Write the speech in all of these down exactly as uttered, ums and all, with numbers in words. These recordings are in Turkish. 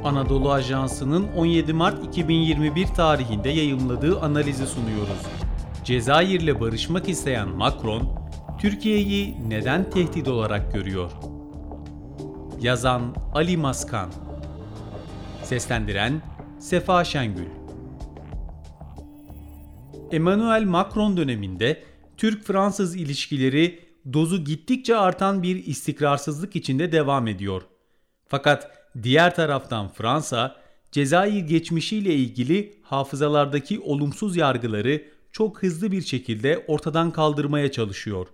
Anadolu Ajansı'nın on yedi Mart iki bin yirmi bir tarihinde yayımladığı analizi sunuyoruz. Cezayir'le barışmak isteyen Macron, Türkiye'yi neden tehdit olarak görüyor? Yazan Ali Maskan, seslendiren Sefa Şengül. Emmanuel Macron döneminde Türk-Fransız ilişkileri dozu gittikçe artan bir istikrarsızlık içinde devam ediyor. Fakat diğer taraftan Fransa, Cezayir geçmişiyle ilgili hafızalardaki olumsuz yargıları çok hızlı bir şekilde ortadan kaldırmaya çalışıyor.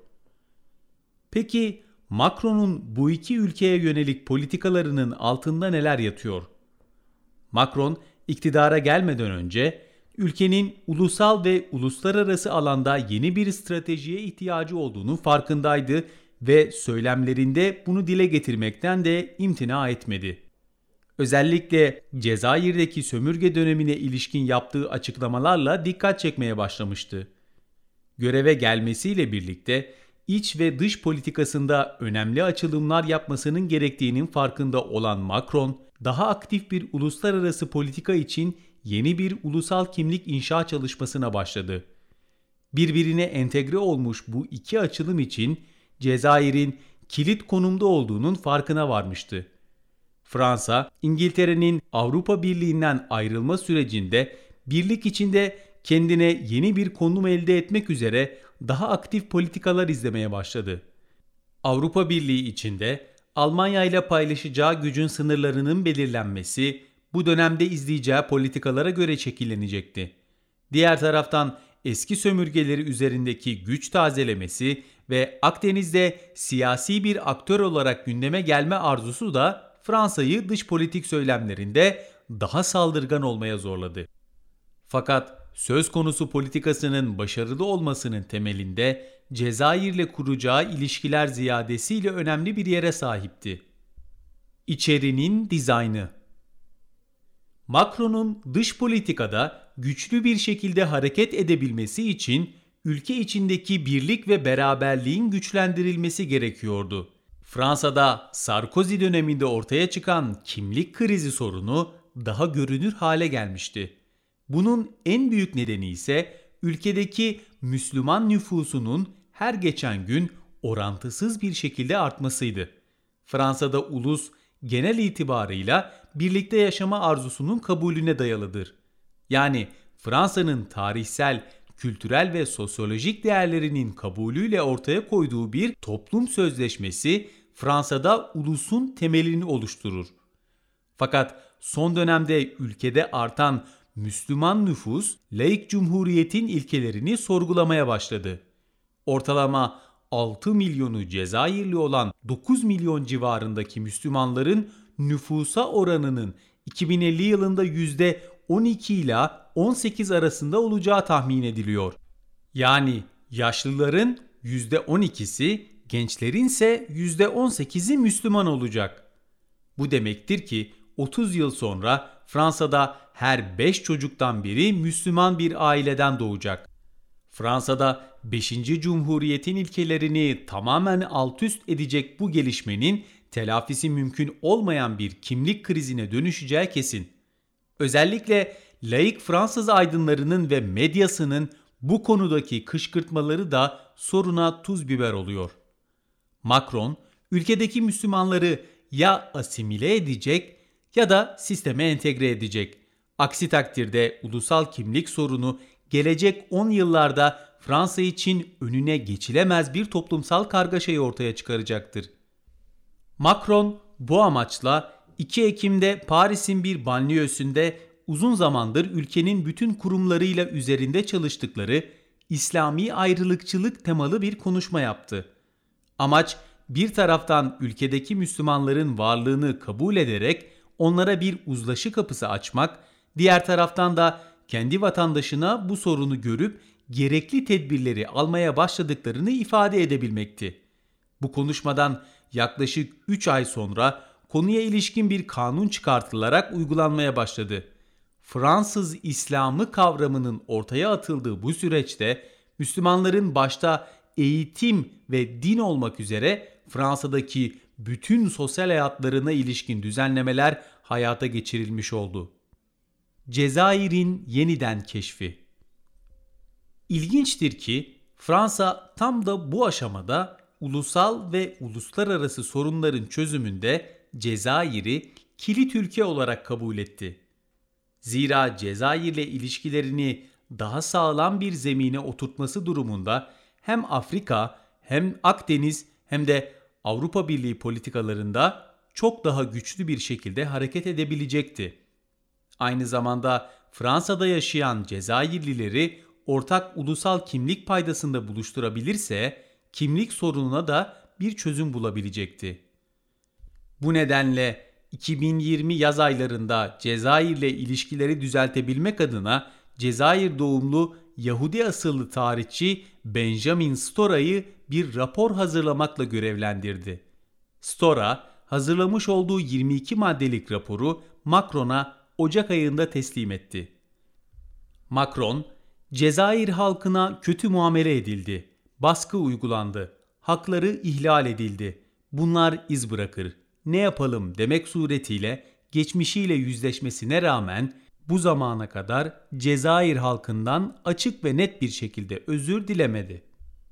Peki Macron'un bu iki ülkeye yönelik politikalarının altında neler yatıyor? Macron, iktidara gelmeden önce ülkenin ulusal ve uluslararası alanda yeni bir stratejiye ihtiyacı olduğunu farkındaydı ve söylemlerinde bunu dile getirmekten de imtina etmedi. Özellikle Cezayir'deki sömürge dönemine ilişkin yaptığı açıklamalarla dikkat çekmeye başlamıştı. Göreve gelmesiyle birlikte iç ve dış politikasında önemli açılımlar yapmasının gerektiğinin farkında olan Macron, daha aktif bir uluslararası politika için yeni bir ulusal kimlik inşa çalışmasına başladı. Birbirine entegre olmuş bu iki açılım için Cezayir'in kilit konumda olduğunun farkına varmıştı. Fransa, İngiltere'nin Avrupa Birliği'nden ayrılma sürecinde birlik içinde kendine yeni bir konum elde etmek üzere daha aktif politikalar izlemeye başladı. Avrupa Birliği içinde Almanya ile paylaşacağı gücün sınırlarının belirlenmesi bu dönemde izleyeceği politikalara göre şekillenecekti. Diğer taraftan eski sömürgeleri üzerindeki güç tazelemesi ve Akdeniz'de siyasi bir aktör olarak gündeme gelme arzusu da Fransa'yı dış politik söylemlerinde daha saldırgan olmaya zorladı. Fakat söz konusu politikasının başarılı olmasının temelinde Cezayir'le kuracağı ilişkiler ziyadesiyle önemli bir yere sahipti. İçerinin dizaynı. Macron'un dış politikada güçlü bir şekilde hareket edebilmesi için ülke içindeki birlik ve beraberliğin güçlendirilmesi gerekiyordu. Fransa'da Sarkozy döneminde ortaya çıkan kimlik krizi sorunu daha görünür hale gelmişti. Bunun en büyük nedeni ise ülkedeki Müslüman nüfusunun her geçen gün orantısız bir şekilde artmasıydı. Fransa'da ulus genel itibarıyla birlikte yaşama arzusunun kabulüne dayalıdır. Yani Fransa'nın tarihsel, kültürel ve sosyolojik değerlerinin kabulüyle ortaya koyduğu bir toplum sözleşmesi Fransa'da ulusun temelini oluşturur. Fakat son dönemde ülkede artan Müslüman nüfus, laik cumhuriyetin ilkelerini sorgulamaya başladı. Ortalama altı milyonu Cezayirli olan dokuz milyon civarındaki Müslümanların nüfusa oranının iki bin elli yılında yüzde on iki ila on sekiz arasında olacağı tahmin ediliyor. Yani yaşlıların yüzde on ikisi, gençlerin ise yüzde on sekizi Müslüman olacak. Bu demektir ki otuz yıl sonra Fransa'da her beş çocuktan biri Müslüman bir aileden doğacak. Fransa'da beşinci Cumhuriyet'in ilkelerini tamamen altüst edecek bu gelişmenin telafisi mümkün olmayan bir kimlik krizine dönüşeceği kesin. Özellikle laik Fransız aydınlarının ve medyasının bu konudaki kışkırtmaları da soruna tuz biber oluyor. Macron, ülkedeki Müslümanları ya asimile edecek ya da sisteme entegre edecek. Aksi takdirde ulusal kimlik sorunu gelecek on yıllarda Fransa için önüne geçilemez bir toplumsal kargaşayı ortaya çıkaracaktır. Macron bu amaçla iki Ekim'de Paris'in bir banliyösünde uzun zamandır ülkenin bütün kurumlarıyla üzerinde çalıştıkları İslami ayrılıkçılık temalı bir konuşma yaptı. Amaç bir taraftan ülkedeki Müslümanların varlığını kabul ederek onlara bir uzlaşı kapısı açmak, diğer taraftan da kendi vatandaşına bu sorunu görüp gerekli tedbirleri almaya başladıklarını ifade edebilmekti. Bu konuşmadan yaklaşık üç ay sonra konuya ilişkin bir kanun çıkartılarak uygulanmaya başladı. Fransız İslamı kavramının ortaya atıldığı bu süreçte Müslümanların başta eğitim ve din olmak üzere Fransa'daki bütün sosyal hayatlarına ilişkin düzenlemeler hayata geçirilmiş oldu. Cezayir'in yeniden keşfi. İlginçtir ki Fransa tam da bu aşamada ulusal ve uluslararası sorunların çözümünde Cezayir'i kilit ülke olarak kabul etti. Zira Cezayir'le ilişkilerini daha sağlam bir zemine oturtması durumunda hem Afrika hem Akdeniz hem de Avrupa Birliği politikalarında çok daha güçlü bir şekilde hareket edebilecekti. Aynı zamanda Fransa'da yaşayan Cezayirlileri ortak ulusal kimlik paydasında buluşturabilirse kimlik sorununa da bir çözüm bulabilecekti. Bu nedenle iki bin yirmi yaz aylarında Cezayir'le ilişkileri düzeltebilmek adına Cezayir doğumlu Yahudi asıllı tarihçi Benjamin Stora'yı bir rapor hazırlamakla görevlendirdi. Stora, hazırlamış olduğu yirmi iki maddelik raporu Macron'a Ocak ayında teslim etti. Macron, Cezayir halkına kötü muamele edildi, baskı uygulandı, hakları ihlal edildi, bunlar iz bırakır, ne yapalım demek suretiyle geçmişiyle yüzleşmesine rağmen bu zamana kadar Cezayir halkından açık ve net bir şekilde özür dilemedi.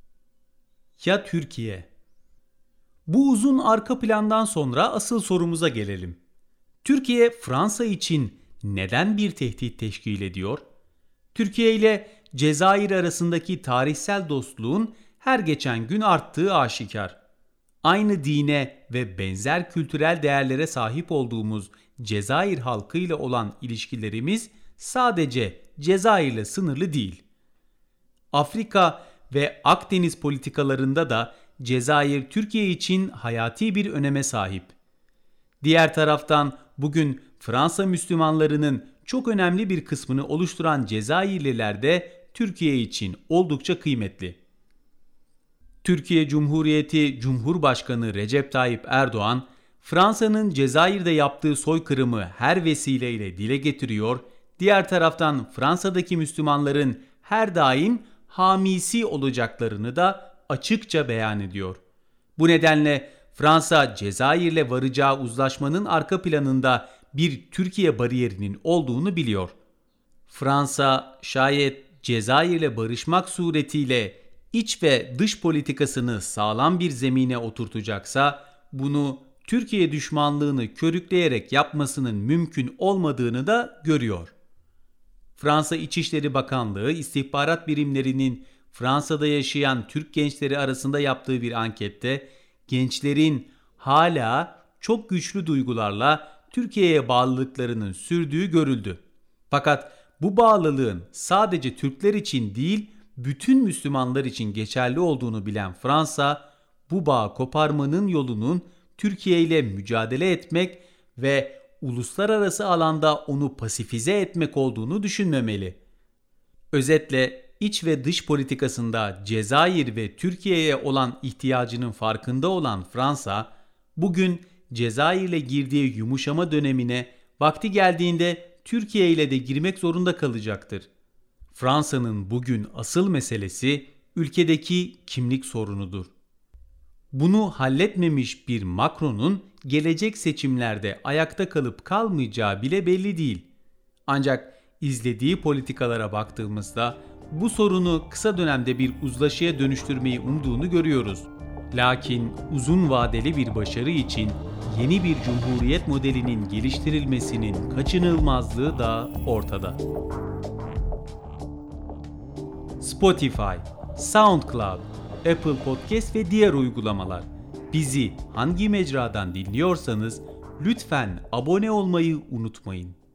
Ya Türkiye? Bu uzun arka plandan sonra asıl sorumuza gelelim. Türkiye, Fransa için neden bir tehdit teşkil ediyor? Türkiye ile Cezayir arasındaki tarihsel dostluğun her geçen gün arttığı aşikar. Aynı dine ve benzer kültürel değerlere sahip olduğumuz Cezayir halkı ile olan ilişkilerimiz sadece Cezayir'le sınırlı değil. Afrika ve Akdeniz politikalarında da Cezayir Türkiye için hayati bir öneme sahip. Diğer taraftan bugün Fransa Müslümanlarının çok önemli bir kısmını oluşturan Cezayirliler de Türkiye için oldukça kıymetli. Türkiye Cumhuriyeti Cumhurbaşkanı Recep Tayyip Erdoğan, Fransa'nın Cezayir'de yaptığı soykırımı her vesileyle dile getiriyor, diğer taraftan Fransa'daki Müslümanların her daim hamisi olacaklarını da açıkça beyan ediyor. Bu nedenle Fransa, Cezayir'le varacağı uzlaşmanın arka planında bir Türkiye bariyerinin olduğunu biliyor. Fransa, şayet Cezayir'le barışmak suretiyle iç ve dış politikasını sağlam bir zemine oturtacaksa, bunu Türkiye düşmanlığını körükleyerek yapmasının mümkün olmadığını da görüyor. Fransa İçişleri Bakanlığı istihbarat birimlerinin Fransa'da yaşayan Türk gençleri arasında yaptığı bir ankette gençlerin hala çok güçlü duygularla Türkiye'ye bağlılıklarının sürdüğü görüldü. Fakat bu bağlılığın sadece Türkler için değil, bütün Müslümanlar için geçerli olduğunu bilen Fransa, bu bağı koparmanın yolunun Türkiye ile mücadele etmek ve uluslararası alanda onu pasifize etmek olduğunu düşünmemeli. Özetle iç ve dış politikasında Cezayir ve Türkiye'ye olan ihtiyacının farkında olan Fransa, bugün Cezayir'le girdiği yumuşama dönemine vakti geldiğinde Türkiye ile de girmek zorunda kalacaktır. Fransa'nın bugün asıl meselesi ülkedeki kimlik sorunudur. Bunu halletmemiş bir Macron'un gelecek seçimlerde ayakta kalıp kalmayacağı bile belli değil. Ancak izlediği politikalara baktığımızda bu sorunu kısa dönemde bir uzlaşıya dönüştürmeyi umduğunu görüyoruz. Lakin uzun vadeli bir başarı için yeni bir cumhuriyet modelinin geliştirilmesinin kaçınılmazlığı da ortada. Spotify, SoundCloud, Apple Podcast ve diğer uygulamalar. Bizi hangi mecradan dinliyorsanız lütfen abone olmayı unutmayın.